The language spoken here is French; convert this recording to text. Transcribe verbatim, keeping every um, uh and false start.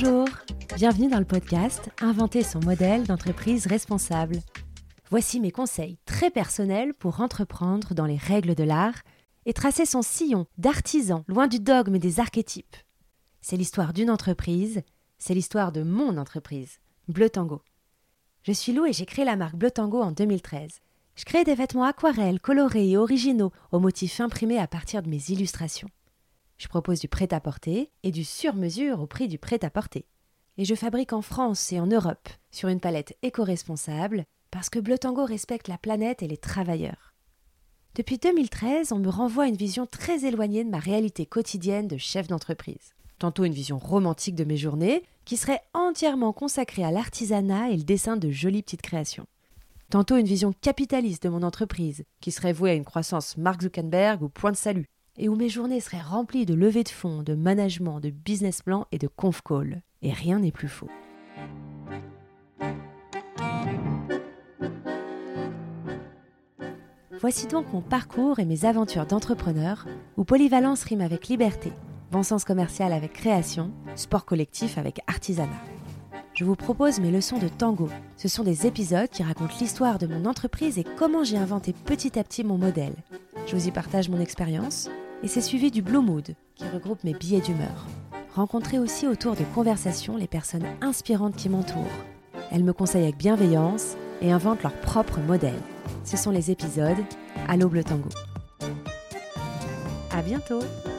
Bonjour, bienvenue dans le podcast « Inventer son modèle d'entreprise responsable ». Voici mes conseils très personnels pour entreprendre dans les règles de l'art et tracer son sillon d'artisan loin du dogme et des archétypes. C'est l'histoire d'une entreprise, c'est l'histoire de mon entreprise, Bleu Tango. Je suis Lou et j'ai créé la marque Bleu Tango en deux mille treize. Je crée des vêtements aquarelles, colorés et originaux aux motifs imprimés à partir de mes illustrations. Je propose du prêt-à-porter et du sur-mesure au prix du prêt-à-porter. Et je fabrique en France et en Europe sur une palette éco-responsable parce que Bleu Tango respecte la planète et les travailleurs. Depuis deux mille treize, on me renvoie une vision très éloignée de ma réalité quotidienne de chef d'entreprise. Tantôt une vision romantique de mes journées qui serait entièrement consacrée à l'artisanat et le dessin de jolies petites créations. Tantôt une vision capitaliste de mon entreprise qui serait vouée à une croissance Mark Zuckerberg ou point de salut et où mes journées seraient remplies de levées de fonds, de management, de business plan et de conf call. Et rien n'est plus faux. Voici donc mon parcours et mes aventures d'entrepreneur où polyvalence rime avec liberté, bon sens commercial avec création, sport collectif avec artisanat. Je vous propose mes leçons de tango. Ce sont des épisodes qui racontent l'histoire de mon entreprise et comment j'ai inventé petit à petit mon modèle. Je vous y partage mon expérience et c'est suivi du Blue Mood qui regroupe mes billets d'humeur. Rencontrez aussi autour de conversations les personnes inspirantes qui m'entourent. Elles me conseillent avec bienveillance et inventent leur propre modèle. Ce sont les épisodes Allô Bleu Tango. À bientôt!